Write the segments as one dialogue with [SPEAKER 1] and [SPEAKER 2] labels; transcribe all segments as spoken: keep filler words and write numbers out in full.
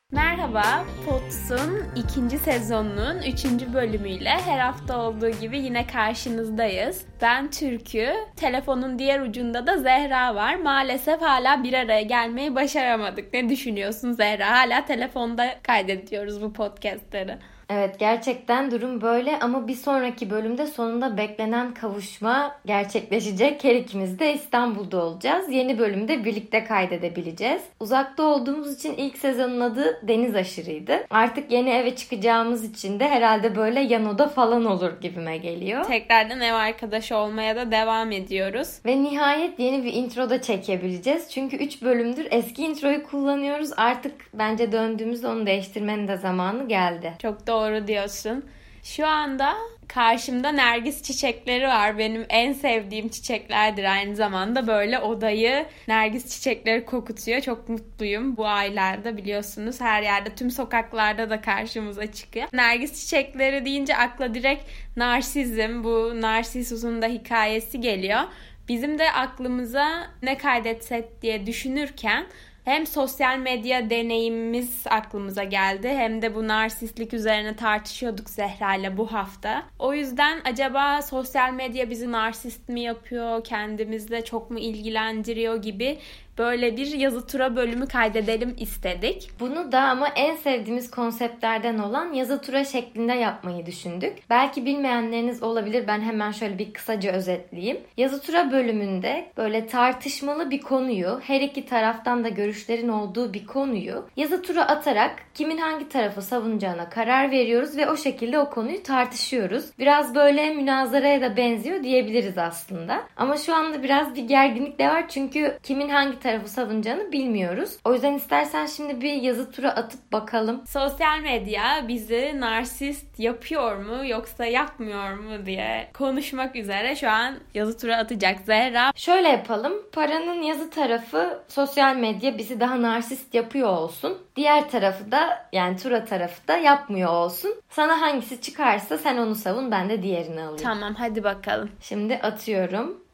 [SPEAKER 1] Merhaba, Pots'un ikinci sezonunun üçüncü bölümüyle her hafta olduğu gibi yine karşınızdayız. Ben Türkü, telefonun diğer ucunda da Zehra var. Maalesef hala bir araya gelmeyi başaramadık. Ne düşünüyorsun Zehra? Hala telefonda kaydediyoruz bu podcastları.
[SPEAKER 2] Evet, gerçekten durum böyle ama bir sonraki bölümde sonunda beklenen kavuşma gerçekleşecek. Her ikimiz de İstanbul'da olacağız. Yeni bölümde birlikte kaydedebileceğiz. Uzakta olduğumuz için ilk sezonun adı Deniz Aşırı'ydı. Artık yeni eve çıkacağımız için de herhalde böyle yan oda falan olur gibime geliyor.
[SPEAKER 1] Tekrardan ev arkadaşı olmaya da devam ediyoruz.
[SPEAKER 2] Ve nihayet yeni bir intro da çekebileceğiz. Çünkü üç bölümdür eski introyu kullanıyoruz. Artık bence döndüğümüzde onu değiştirmenin de zamanı geldi.
[SPEAKER 1] Çok doğru. Doğru diyorsun. Şu anda karşımda nergis çiçekleri var. Benim en sevdiğim çiçeklerdir. Aynı zamanda böyle odayı nergis çiçekleri kokutuyor. Çok mutluyum bu aylarda, biliyorsunuz. Her yerde, tüm sokaklarda da karşımıza çıkıyor. Nergis çiçekleri deyince akla direkt narsizm, bu Narsissus'un da hikayesi geliyor. Bizim de aklımıza ne kaydetsek diye düşünürken hem sosyal medya deneyimimiz aklımıza geldi hem de bu narsistlik üzerine tartışıyorduk Zehra ile bu hafta. O yüzden acaba sosyal medya bizi narsist mi yapıyor, kendimizle çok mu ilgilendiriyor gibi böyle bir yazı tura bölümü kaydedelim istedik.
[SPEAKER 2] Bunu da ama en sevdiğimiz konseptlerden olan yazı tura şeklinde yapmayı düşündük. Belki bilmeyenleriniz olabilir. Ben hemen şöyle bir kısaca özetleyeyim. Yazı tura bölümünde böyle tartışmalı bir konuyu, her iki taraftan da görüşlerin olduğu bir konuyu yazı tura atarak kimin hangi tarafı savunacağına karar veriyoruz ve o şekilde o konuyu tartışıyoruz. Biraz böyle münazaraya da benziyor diyebiliriz aslında. Ama şu anda biraz bir gerginlik de var çünkü kimin hangi tarafı savunacağını bilmiyoruz. O yüzden istersen şimdi bir yazı tura atıp bakalım.
[SPEAKER 1] Sosyal medya bizi narsist yapıyor mu yoksa yapmıyor mu diye konuşmak üzere şu an yazı tura atacak Zehra.
[SPEAKER 2] Şöyle yapalım. Paranın yazı tarafı sosyal medya bizi daha narsist yapıyor olsun. Diğer tarafı da, yani tura tarafı da yapmıyor olsun. Sana hangisi çıkarsa sen onu savun, ben de diğerini alayım.
[SPEAKER 1] Tamam, hadi bakalım.
[SPEAKER 2] Şimdi atıyorum.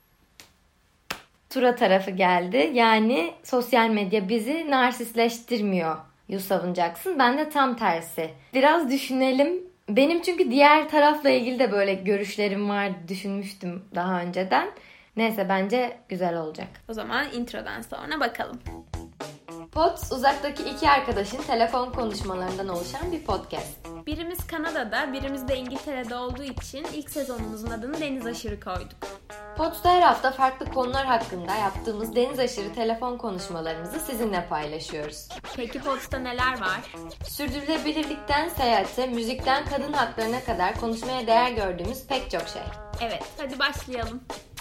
[SPEAKER 2] Tura tarafı geldi. Yani sosyal medya bizi narsistleştirmiyor. Yu savunacaksın. Ben de tam tersi. Biraz düşünelim. Benim çünkü diğer tarafla ilgili de böyle görüşlerim var. Düşünmüştüm daha önceden. Neyse, bence güzel olacak.
[SPEAKER 1] O zaman introdan sonra bakalım.
[SPEAKER 2] Pots, uzaktaki iki arkadaşın telefon konuşmalarından oluşan bir podcast.
[SPEAKER 1] Birimiz Kanada'da, birimiz de İngiltere'de olduğu için ilk sezonumuzun adını Deniz Aşırı koyduk.
[SPEAKER 2] Pots'ta her hafta farklı konular hakkında yaptığımız deniz aşırı telefon konuşmalarımızı sizinle paylaşıyoruz.
[SPEAKER 1] Peki Pots'ta neler var?
[SPEAKER 2] Sürdürülebilirlikten seyahate, müzikten kadın haklarına kadar konuşmaya değer gördüğümüz pek çok şey.
[SPEAKER 1] Evet, hadi başlayalım.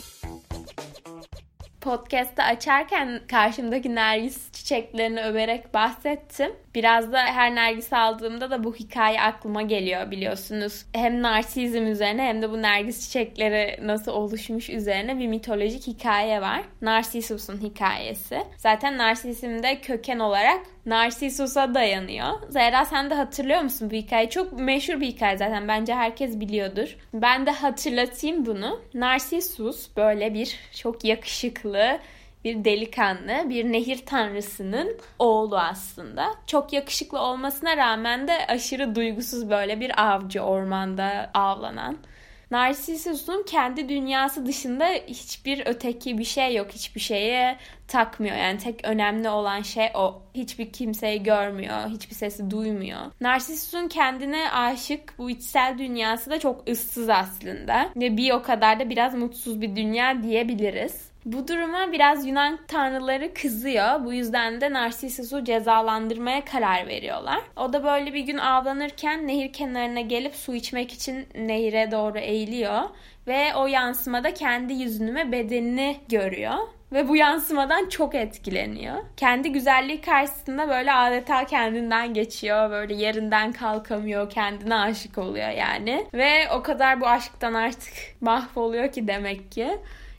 [SPEAKER 1] Podcast'ı açarken karşımdaki nergis çiçeklerini överek bahsettim. Biraz da her nergis aldığımda da bu hikaye aklıma geliyor, biliyorsunuz. Hem narsizm üzerine hem de bu nergis çiçekleri nasıl oluşmuş üzerine bir mitolojik hikaye var. Narsissus'un hikayesi. Zaten narsizmde köken olarak Narsissus'a dayanıyor. Zehra, sen de hatırlıyor musun bu hikayeyi? Çok meşhur bir hikaye zaten. Bence herkes biliyordur. Ben de hatırlatayım bunu. Narsissus böyle bir çok yakışıklı bir delikanlı, bir nehir tanrısının oğlu aslında. Çok yakışıklı olmasına rağmen de aşırı duygusuz, böyle bir avcı, ormanda avlanan. Narsissus'un kendi dünyası dışında hiçbir öteki bir şey yok. Hiçbir şeye takmıyor. Yani tek önemli olan şey o. Hiçbir kimseyi görmüyor. Hiçbir sesi duymuyor. Narsissus'un kendine aşık bu içsel dünyası da çok ıssız aslında. Ve bir o kadar da biraz mutsuz bir dünya diyebiliriz. Bu duruma biraz Yunan tanrıları kızıyor. Bu yüzden de Narsissus'u cezalandırmaya karar veriyorlar. O da böyle bir gün avlanırken nehir kenarına gelip su içmek için nehire doğru eğiliyor. Ve o yansımada kendi yüzünü ve bedenini görüyor. Ve bu yansımadan çok etkileniyor. Kendi güzelliği karşısında böyle adeta kendinden geçiyor. Böyle yerinden kalkamıyor. Kendine aşık oluyor yani. Ve o kadar bu aşktan artık mahvoluyor ki demek ki.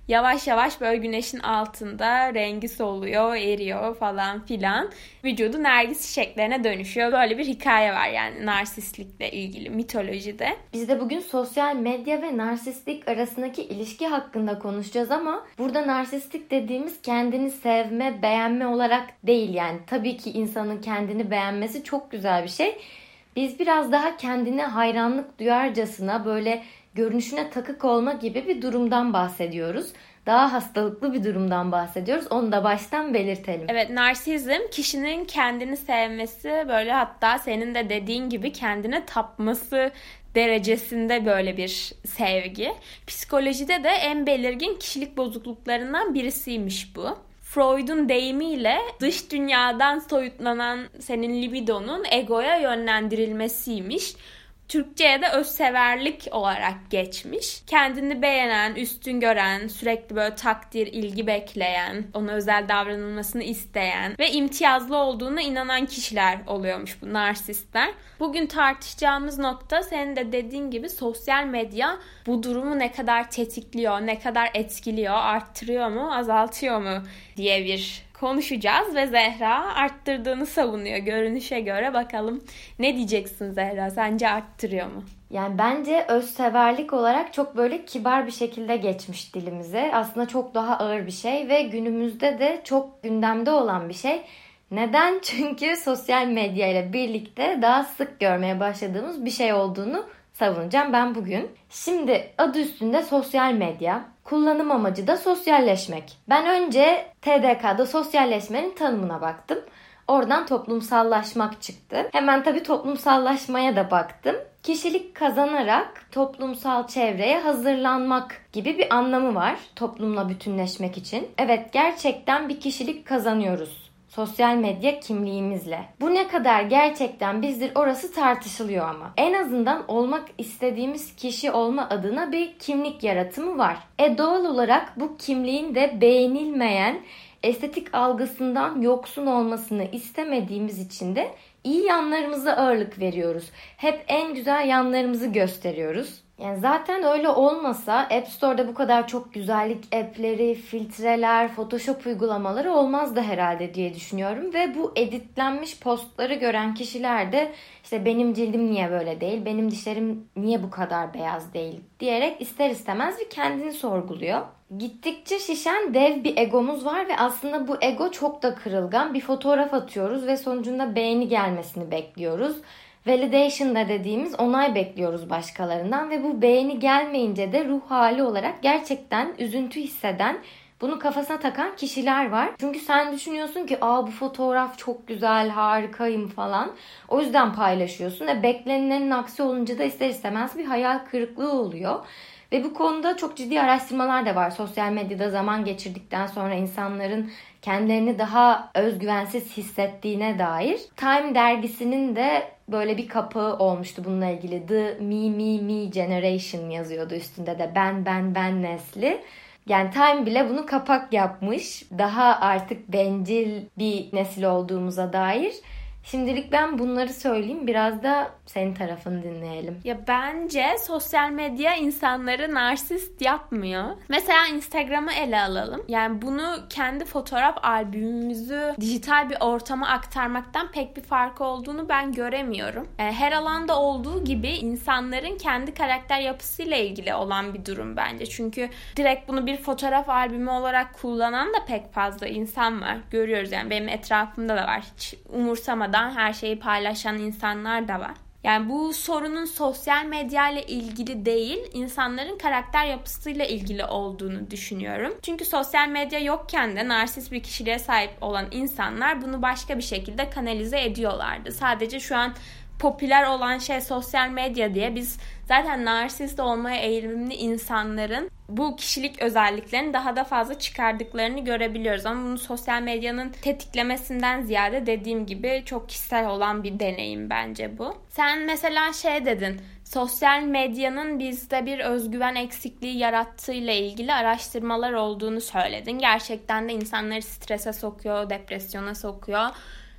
[SPEAKER 1] yavaş yavaş böyle güneşin altında rengi soluyor, eriyor falan filan. Vücudu nergis çiçeklerine dönüşüyor. Böyle bir hikaye var yani narsistlikle ilgili mitolojide.
[SPEAKER 2] Biz de bugün sosyal medya ve narsistlik arasındaki ilişki hakkında konuşacağız ama burada narsistlik dediğimiz kendini sevme, beğenme olarak değil yani. Tabii ki insanın kendini beğenmesi çok güzel bir şey. Biz biraz daha kendine hayranlık duyarcasına böyle görünüşüne takık olma gibi bir durumdan bahsediyoruz. Daha hastalıklı bir durumdan bahsediyoruz. Onu da baştan belirtelim.
[SPEAKER 1] Evet, narsizm kişinin kendini sevmesi, böyle hatta senin de dediğin gibi kendine tapması derecesinde böyle bir sevgi. Psikolojide de en belirgin kişilik bozukluklarından birisiymiş bu. Freud'un deyimiyle dış dünyadan soyutlanan senin libidonun egoya yönlendirilmesiymiş. Türkçe'ye de özseverlik olarak geçmiş. Kendini beğenen, üstün gören, sürekli böyle takdir, ilgi bekleyen, ona özel davranılmasını isteyen ve imtiyazlı olduğuna inanan kişiler oluyormuş bu narsistler. Bugün tartışacağımız nokta senin de dediğin gibi sosyal medya bu durumu ne kadar tetikliyor, ne kadar etkiliyor, arttırıyor mu, azaltıyor mu diye bir konuşacağız ve Zehra arttırdığını savunuyor görünüşe göre. Bakalım ne diyeceksin Zehra? Sence arttırıyor mu?
[SPEAKER 2] Yani bence özseverlik olarak çok böyle kibar bir şekilde geçmiş dilimize. Aslında çok daha ağır bir şey ve günümüzde de çok gündemde olan bir şey. Neden? Çünkü sosyal medya ile birlikte daha sık görmeye başladığımız bir şey olduğunu savunacağım ben bugün. Şimdi adı üstünde sosyal medya. Kullanım amacı da sosyalleşmek. Ben önce T D K'da sosyalleşmenin tanımına baktım. Oradan toplumsallaşmak çıktı. Hemen tabii toplumsallaşmaya da baktım. Kişilik kazanarak toplumsal çevreye hazırlanmak gibi bir anlamı var toplumla bütünleşmek için. Evet, gerçekten bir kişilik kazanıyoruz sosyal medya kimliğimizle. Bu ne kadar gerçekten bizdir orası tartışılıyor ama. En azından olmak istediğimiz kişi olma adına bir kimlik yaratımı var. E doğal olarak bu kimliğin de beğenilmeyen, estetik algısından yoksun olmasını istemediğimiz için de iyi yanlarımıza ağırlık veriyoruz. Hep en güzel yanlarımızı gösteriyoruz. Yani zaten öyle olmasa App Store'da bu kadar çok güzellik app'leri, filtreler, Photoshop uygulamaları olmazdı herhalde diye düşünüyorum. Ve bu editlenmiş postları gören kişiler de işte benim cildim niye böyle değil, benim dişlerim niye bu kadar beyaz değil diyerek ister istemez bir kendini sorguluyor. Gittikçe şişen dev bir egomuz var ve aslında bu ego çok da kırılgan. Bir fotoğraf atıyoruz ve sonucunda beğeni gelmesini bekliyoruz. Validation da dediğimiz onay bekliyoruz başkalarından ve bu beğeni gelmeyince de ruh hali olarak gerçekten üzüntü hisseden, bunu kafasına takan kişiler var. Çünkü sen düşünüyorsun ki aa bu fotoğraf çok güzel, harikayım falan. O yüzden paylaşıyorsun ve beklenenin aksi olunca da ister istemez bir hayal kırıklığı oluyor. Ve bu konuda çok ciddi araştırmalar da var. Sosyal medyada zaman geçirdikten sonra insanların kendilerini daha özgüvensiz hissettiğine dair. Time dergisinin de böyle bir kapağı olmuştu bununla ilgili. The Me Me Me Generation yazıyordu üstünde de. Ben ben ben nesli. Yani Time bile bunu kapak yapmış. Daha artık bencil bir nesil olduğumuza dair. Şimdilik ben bunları söyleyeyim. Biraz da senin tarafını dinleyelim.
[SPEAKER 1] Ya bence sosyal medya insanları narsist yapmıyor. Mesela Instagram'ı ele alalım. Yani bunu kendi fotoğraf albümümüzü dijital bir ortama aktarmaktan pek bir farkı olduğunu ben göremiyorum. Yani her alanda olduğu gibi insanların kendi karakter yapısıyla ilgili olan bir durum bence. Çünkü direkt bunu bir fotoğraf albümü olarak kullanan da pek fazla insan var. Görüyoruz yani benim etrafımda da var. Hiç umursamadan her şeyi paylaşan insanlar da var. Yani bu sorunun sosyal medya ile ilgili değil, insanların karakter yapısıyla ilgili olduğunu düşünüyorum. Çünkü sosyal medya yokken de narsist bir kişiliğe sahip olan insanlar bunu başka bir şekilde kanalize ediyorlardı. Sadece şu an popüler olan şey sosyal medya diye biz zaten narsist olmaya eğilimli insanların bu kişilik özelliklerini daha da fazla çıkardıklarını görebiliyoruz. Ama bunu sosyal medyanın tetiklemesinden ziyade dediğim gibi çok kişisel olan bir deneyim bence bu. Sen mesela şey dedin, sosyal medyanın bizde bir özgüven eksikliği yarattığıyla ilgili araştırmalar olduğunu söyledin. Gerçekten de insanları strese sokuyor, depresyona sokuyor.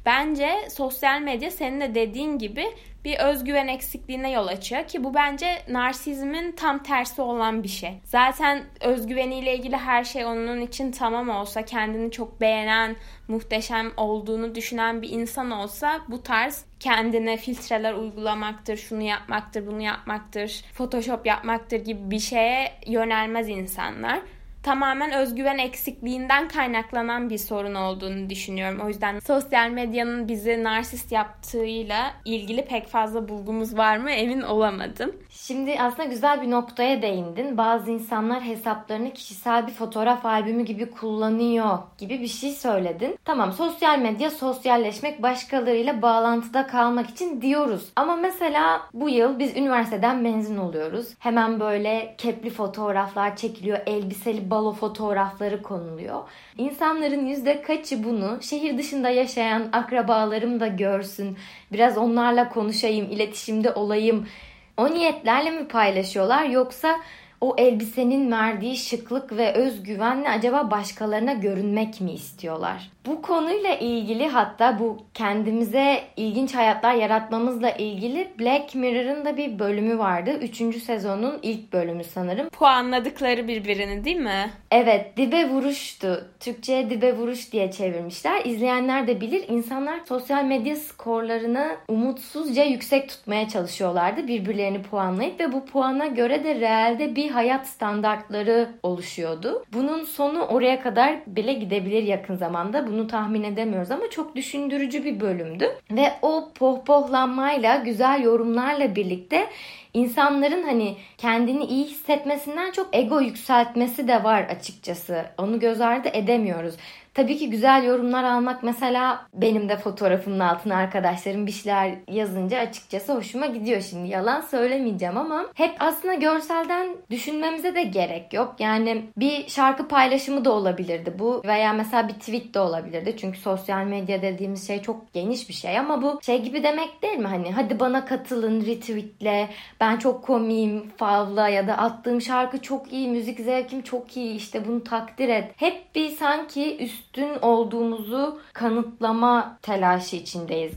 [SPEAKER 1] bence sosyal medya senin de dediğin gibi bir özgüven eksikliğine yol açıyor ki bu bence narsizmin tam tersi olan bir şey. Zaten özgüveniyle ilgili her şey onun için tamam olsa, kendini çok beğenen, muhteşem olduğunu düşünen bir insan olsa bu tarz kendine filtreler uygulamaktır, şunu yapmaktır, bunu yapmaktır, Photoshop yapmaktır gibi bir şeye yönelmez insanlar. Tamamen özgüven eksikliğinden kaynaklanan bir sorun olduğunu düşünüyorum. O yüzden sosyal medyanın bizi narsist yaptığıyla ilgili pek fazla bulgumuz var mı emin olamadım.
[SPEAKER 2] Şimdi aslında güzel bir noktaya değindin. Bazı insanlar hesaplarını kişisel bir fotoğraf albümü gibi kullanıyor gibi bir şey söyledin. Tamam, sosyal medya sosyalleşmek, başkalarıyla bağlantıda kalmak için diyoruz. Ama mesela bu yıl biz üniversiteden mezun oluyoruz. Hemen böyle kepli fotoğraflar çekiliyor, elbiseli balo fotoğrafları konuluyor. İnsanların yüzde kaçı bunu şehir dışında yaşayan akrabalarım da görsün, biraz onlarla konuşayım, iletişimde olayım, o niyetlerle mi paylaşıyorlar, yoksa o elbisenin verdiği şıklık ve özgüvenle acaba başkalarına görünmek mi istiyorlar? Bu konuyla ilgili, hatta bu kendimize ilginç hayatlar yaratmamızla ilgili Black Mirror'ın da bir bölümü vardı. Üçüncü sezonun ilk bölümü sanırım.
[SPEAKER 1] Puanladıkları birbirini değil mi?
[SPEAKER 2] Evet, dibe vuruştu. Türkçe'ye dibe vuruş diye çevirmişler. İzleyenler de bilir, insanlar sosyal medya skorlarını umutsuzca yüksek tutmaya çalışıyorlardı. Birbirlerini puanlayıp ve bu puana göre de realde bir hayat standartları oluşuyordu. Bunun sonu oraya kadar bile gidebilir yakın zamanda. Bunu tahmin edemiyoruz ama çok düşündürücü bir bölümdü. Ve o pohpohlanmayla, güzel yorumlarla birlikte İnsanların hani kendini iyi hissetmesinden çok ego yükseltmesi de var açıkçası. Onu göz ardı edemiyoruz. Tabii ki güzel yorumlar almak, mesela benim de fotoğrafımın altına arkadaşlarım bir şeyler yazınca açıkçası hoşuma gidiyor, şimdi yalan söylemeyeceğim, ama hep aslında görselden düşünmemize de gerek yok. Yani bir şarkı paylaşımı da olabilirdi bu, veya mesela bir tweet de olabilirdi. Çünkü sosyal medya dediğimiz şey çok geniş bir şey, ama bu şey gibi demek değil mi? Hani hadi bana katılın, retweetle, ben çok komiyim, favla, ya da attığım şarkı çok iyi, müzik zevkim çok iyi, işte bunu takdir et. Hep bir sanki üst üstün olduğumuzu kanıtlama telaşı içindeyiz.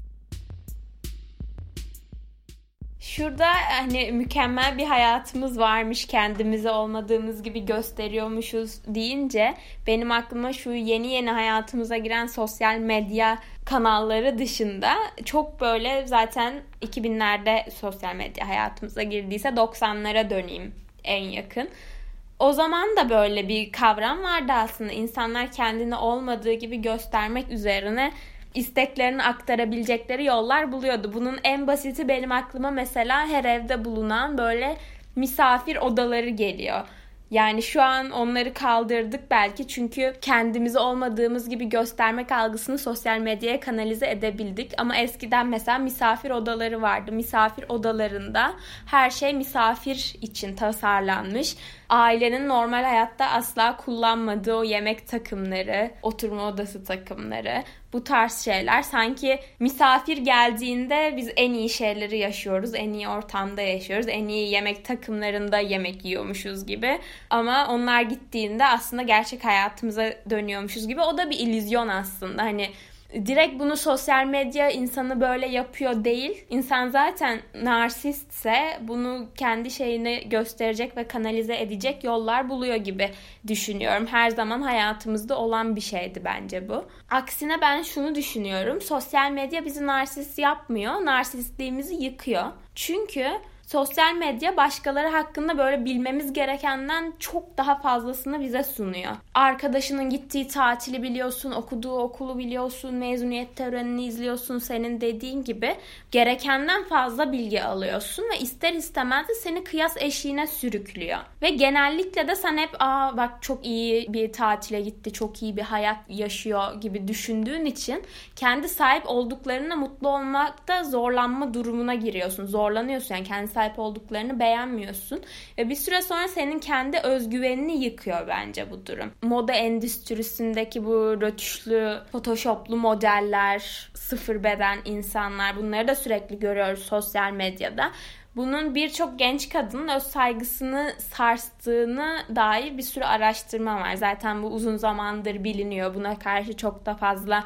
[SPEAKER 1] Şurada hani mükemmel bir hayatımız varmış, kendimizi olmadığımız gibi gösteriyormuşuz deyince benim aklıma şu yeni yeni hayatımıza giren sosyal medya kanalları dışında çok böyle, zaten iki binlerde sosyal medya hayatımıza girdiyse doksanlara döneyim en yakın. O zaman da böyle bir kavram vardı aslında. İnsanlar kendini olmadığı gibi göstermek üzerine isteklerini aktarabilecekleri yollar buluyordu. Bunun en basiti benim aklıma mesela her evde bulunan böyle misafir odaları geliyor. Yani şu an onları kaldırdık belki, çünkü kendimizi olmadığımız gibi göstermek algısını sosyal medyaya kanalize edebildik. Ama eskiden mesela misafir odaları vardı. Misafir odalarında her şey misafir için tasarlanmış. Ailenin normal hayatta asla kullanmadığı o yemek takımları, oturma odası takımları, bu tarz şeyler. Sanki misafir geldiğinde biz en iyi şeyleri yaşıyoruz, en iyi ortamda yaşıyoruz, en iyi yemek takımlarında yemek yiyormuşuz gibi. Ama onlar gittiğinde aslında gerçek hayatımıza dönüyormuşuz gibi. O da bir illüzyon aslında. Hani direkt bunu sosyal medya insanı böyle yapıyor değil. İnsan zaten narsistse bunu kendi şeyini gösterecek ve kanalize edecek yollar buluyor gibi düşünüyorum. Her zaman hayatımızda olan bir şeydi bence bu. Aksine ben şunu düşünüyorum. Sosyal medya bizi narsist yapmıyor. Narsistliğimizi yıkıyor. Çünkü sosyal medya başkaları hakkında böyle bilmemiz gerekenden çok daha fazlasını bize sunuyor. Arkadaşının gittiği tatili biliyorsun, okuduğu okulu biliyorsun, mezuniyet törenini izliyorsun, senin dediğin gibi gerekenden fazla bilgi alıyorsun ve ister istemez de seni kıyas eşiğine sürüklüyor. Ve genellikle de sen hep aa bak çok iyi bir tatile gitti, çok iyi bir hayat yaşıyor gibi düşündüğün için kendi sahip olduklarına mutlu olmakta zorlanma durumuna giriyorsun. Zorlanıyorsun, yani kendi sahip olduklarını beğenmiyorsun ve bir süre sonra senin kendi özgüvenini yıkıyor bence bu durum. Moda endüstrisindeki bu rötuşlu, photoshoplu modeller, sıfır beden insanlar, bunları da sürekli görüyoruz sosyal medyada. Bunun birçok genç kadının öz saygısını sarstığını dair bir sürü araştırma var. Zaten bu uzun zamandır biliniyor. Buna karşı çok da fazla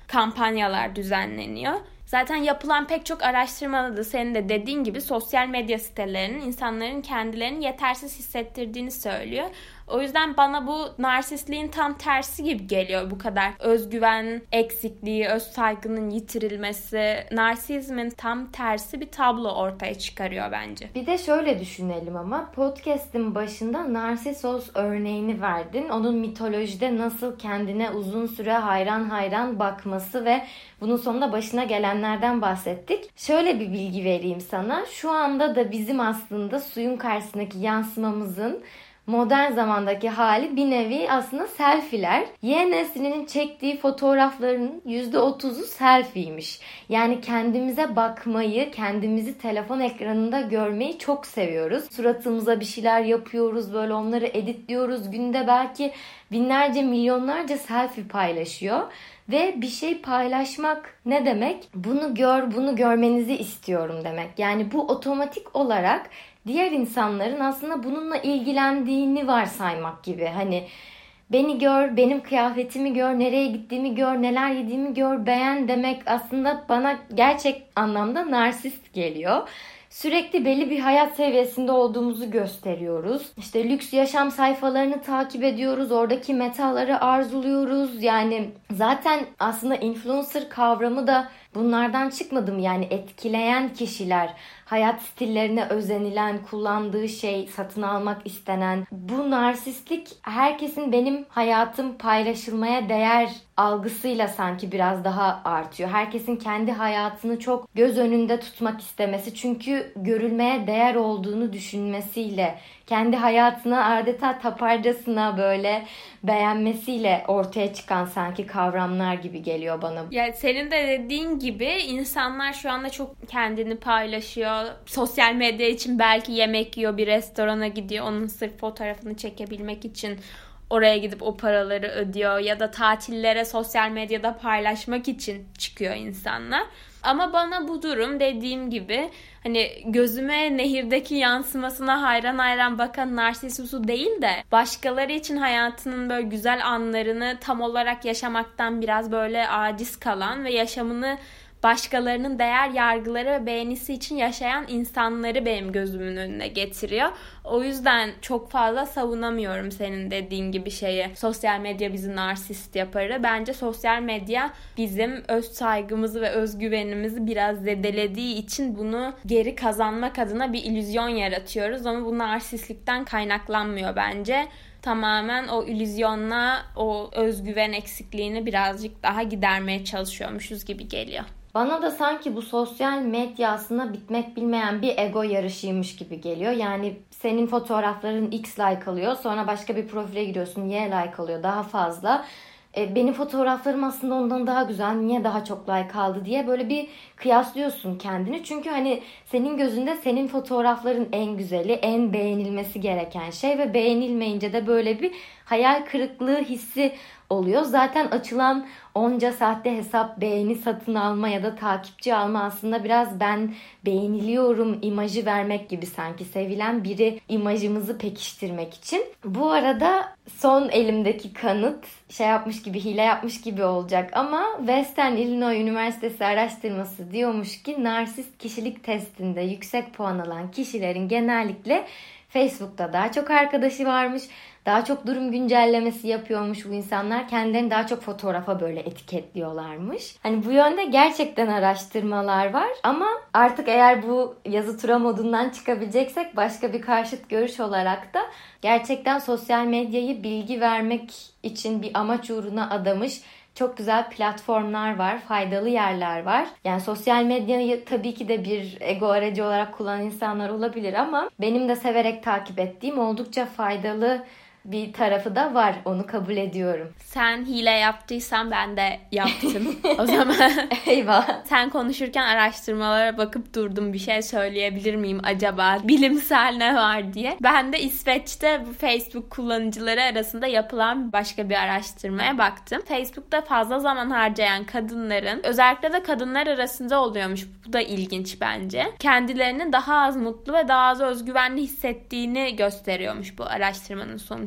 [SPEAKER 1] kampanyalar düzenleniyor. Zaten yapılan pek çok araştırmada da senin de dediğin gibi sosyal medya sitelerinin insanların kendilerini yetersiz hissettirdiğini söylüyor. O yüzden bana bu narsistliğin tam tersi gibi geliyor bu kadar. Özgüven eksikliği, öz saygının yitirilmesi, narsizmin tam tersi bir tablo ortaya çıkarıyor bence.
[SPEAKER 2] Bir de şöyle düşünelim ama podcast'in başında Narsisos örneğini verdin. Onun mitolojide nasıl kendine uzun süre hayran hayran bakması ve bunun sonunda başına gelenlerden bahsettik. Şöyle bir bilgi vereyim sana. Şu anda da bizim aslında suyun karşısındaki yansımamızın modern zamandaki hali bir nevi aslında selfie'ler. Y neslinin çektiği fotoğraflarının yüzde otuzu selfie'ymiş. Yani kendimize bakmayı, kendimizi telefon ekranında görmeyi çok seviyoruz. Suratımıza bir şeyler yapıyoruz, böyle onları editliyoruz. Günde belki binlerce, milyonlarca selfie paylaşıyor. Ve bir şey paylaşmak ne demek? Bunu gör, bunu görmenizi istiyorum demek. Yani bu otomatik olarak diğer insanların aslında bununla ilgilendiğini varsaymak gibi. Hani beni gör, benim kıyafetimi gör, nereye gittiğimi gör, neler yediğimi gör, beğen demek aslında bana gerçek anlamda narsist geliyor. Sürekli belli bir hayat seviyesinde olduğumuzu gösteriyoruz. İşte lüks yaşam sayfalarını takip ediyoruz. Oradaki metaları arzuluyoruz. Yani zaten aslında influencer kavramı da bunlardan çıkmadı mı? Yani etkileyen kişiler, hayat stillerine özenilen, kullandığı şey, satın almak istenen. Bu narsistlik herkesin benim hayatım paylaşılmaya değer algısıyla sanki biraz daha artıyor. Herkesin kendi hayatını çok göz önünde tutmak istemesi, çünkü görülmeye değer olduğunu düşünmesiyle, kendi hayatına adeta taparcasına böyle beğenmesiyle ortaya çıkan sanki kavramlar gibi geliyor bana.
[SPEAKER 1] Yani senin de dediğin gibi insanlar şu anda çok kendini paylaşıyor. Sosyal medya için belki yemek yiyor, bir restorana gidiyor. Onun sırf fotoğrafını çekebilmek için oraya gidip o paraları ödüyor. Ya da tatillere sosyal medyada paylaşmak için çıkıyor insanlar. Ama bana bu durum dediğim gibi hani gözüme nehirdeki yansımasına hayran hayran bakan Narsissus'u değil de başkaları için hayatının böyle güzel anlarını tam olarak yaşamaktan biraz böyle aciz kalan ve yaşamını başkalarının değer yargıları ve beğenisi için yaşayan insanları benim gözümün önüne getiriyor. O yüzden çok fazla savunamıyorum senin dediğin gibi şeyi. Sosyal medya bizi narsist yaparı. Bence sosyal medya bizim öz saygımızı ve özgüvenimizi biraz zedelediği için bunu geri kazanmak adına bir illüzyon yaratıyoruz. Ama bu narsistlikten kaynaklanmıyor bence. Tamamen o illüzyonla o özgüven eksikliğini birazcık daha gidermeye çalışıyormuşuz gibi geliyor.
[SPEAKER 2] Bana da sanki bu sosyal medya aslında bitmek bilmeyen bir ego yarışıymış gibi geliyor. Yani senin fotoğrafların X like alıyor, sonra başka bir profile giriyorsun, Y like alıyor, daha fazla. E, benim fotoğraflarım aslında ondan daha güzel, niye daha çok like aldı diye böyle bir kıyaslıyorsun kendini. Çünkü hani senin gözünde senin fotoğrafların en güzeli, en beğenilmesi gereken şey ve beğenilmeyince de böyle bir hayal kırıklığı hissi oluyor. Zaten açılan onca sahte hesap, beğeni satın alma ya da takipçi alma aslında biraz ben beğeniliyorum imajı vermek gibi, sanki sevilen biri imajımızı pekiştirmek için. Bu arada son elimdeki kanıt şey yapmış gibi, hile yapmış gibi olacak ama Western Illinois Üniversitesi araştırması diyormuş ki narsist kişilik testinde yüksek puan alan kişilerin genellikle Facebook'ta daha çok arkadaşı varmış. Daha çok durum güncellemesi yapıyormuş bu insanlar. Kendilerini daha çok fotoğrafa böyle etiketliyorlarmış. Hani bu yönde gerçekten araştırmalar var. Ama artık eğer bu yazı tura modundan çıkabileceksek başka bir karşıt görüş olarak da gerçekten sosyal medyayı bilgi vermek için bir amaç uğruna adamış çok güzel platformlar var, faydalı yerler var. Yani sosyal medyayı tabii ki de bir ego aracı olarak kullanan insanlar olabilir ama benim de severek takip ettiğim oldukça faydalı bir tarafı da var. Onu kabul ediyorum.
[SPEAKER 1] Sen hile yaptıysan ben de yaptım. O zaman
[SPEAKER 2] eyvah.
[SPEAKER 1] Sen konuşurken araştırmalara bakıp durdum. Bir şey söyleyebilir miyim acaba? Bilimsel ne var diye. Ben de İsveç'te bu Facebook kullanıcıları arasında yapılan başka bir araştırmaya baktım. Facebook'ta fazla zaman harcayan kadınların, özellikle de kadınlar arasında oluyormuş. Bu da ilginç bence. Kendilerini daha az mutlu ve daha az özgüvenli hissettiğini gösteriyormuş bu araştırmanın sonuçları.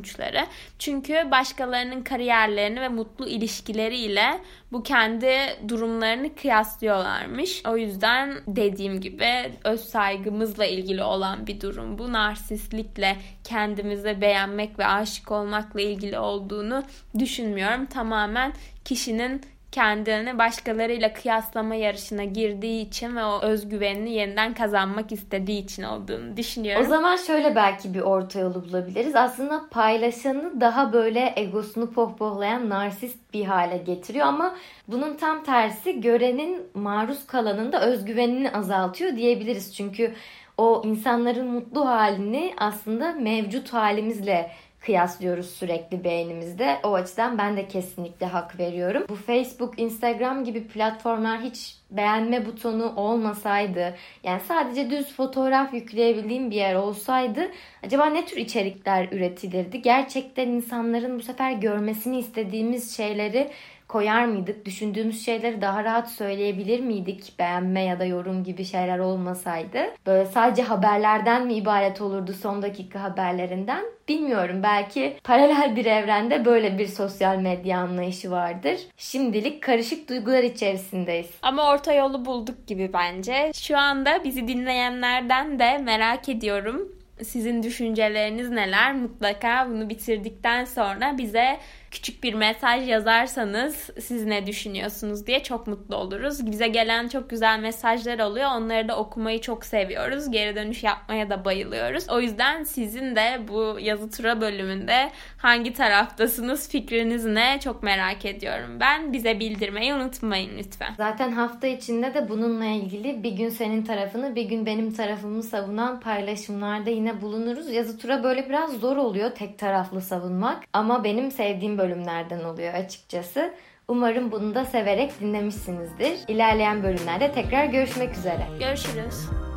[SPEAKER 1] sonuçları. Çünkü başkalarının kariyerlerini ve mutlu ilişkileriyle bu kendi durumlarını kıyaslıyorlarmış. O yüzden dediğim gibi öz saygımızla ilgili olan bir durum bu. Narsistlikle kendimizi beğenmek ve aşık olmakla ilgili olduğunu düşünmüyorum. Tamamen kişinin kendini başkalarıyla kıyaslama yarışına girdiği için ve o özgüvenini yeniden kazanmak istediği için olduğunu düşünüyorum.
[SPEAKER 2] O zaman şöyle belki bir orta yolu bulabiliriz. Aslında paylaşanı daha böyle egosunu pohpohlayan narsist bir hale getiriyor ama bunun tam tersi görenin maruz kalanında özgüvenini azaltıyor diyebiliriz. Çünkü o insanların mutlu halini aslında mevcut halimizle kıyaslıyoruz sürekli beynimizde. O açıdan ben de kesinlikle hak veriyorum. Bu Facebook, Instagram gibi platformlar hiç beğenme butonu olmasaydı, yani sadece düz fotoğraf yükleyebildiğim bir yer olsaydı acaba ne tür içerikler üretilirdi? Gerçekten insanların bu sefer görmesini istediğimiz şeyleri koyar mıydık? Düşündüğümüz şeyleri daha rahat söyleyebilir miydik? Beğenme ya da yorum gibi şeyler olmasaydı. Böyle sadece haberlerden mi ibaret olurdu, son dakika haberlerinden? Bilmiyorum. Belki paralel bir evrende böyle bir sosyal medya anlayışı vardır. Şimdilik karışık duygular içerisindeyiz.
[SPEAKER 1] Ama orta yolu bulduk gibi bence. Şu anda bizi dinleyenlerden de merak ediyorum. Sizin düşünceleriniz neler? Mutlaka bunu bitirdikten sonra bize küçük bir mesaj yazarsanız siz ne düşünüyorsunuz diye çok mutlu oluruz. Bize gelen çok güzel mesajlar oluyor. Onları da okumayı çok seviyoruz. Geri dönüş yapmaya da bayılıyoruz. O yüzden sizin de bu yazı tura bölümünde hangi taraftasınız, fikriniz ne çok merak ediyorum ben. Bize bildirmeyi unutmayın lütfen.
[SPEAKER 2] Zaten hafta içinde de bununla ilgili bir gün senin tarafını, bir gün benim tarafımı savunan paylaşımlarda yine bulunuruz. Yazı tura böyle biraz zor oluyor tek taraflı savunmak. Ama benim sevdiğim bölümlerden oluyor açıkçası. Umarım bunu da severek dinlemişsinizdir. İlerleyen bölümlerde tekrar görüşmek üzere.
[SPEAKER 1] Görüşürüz.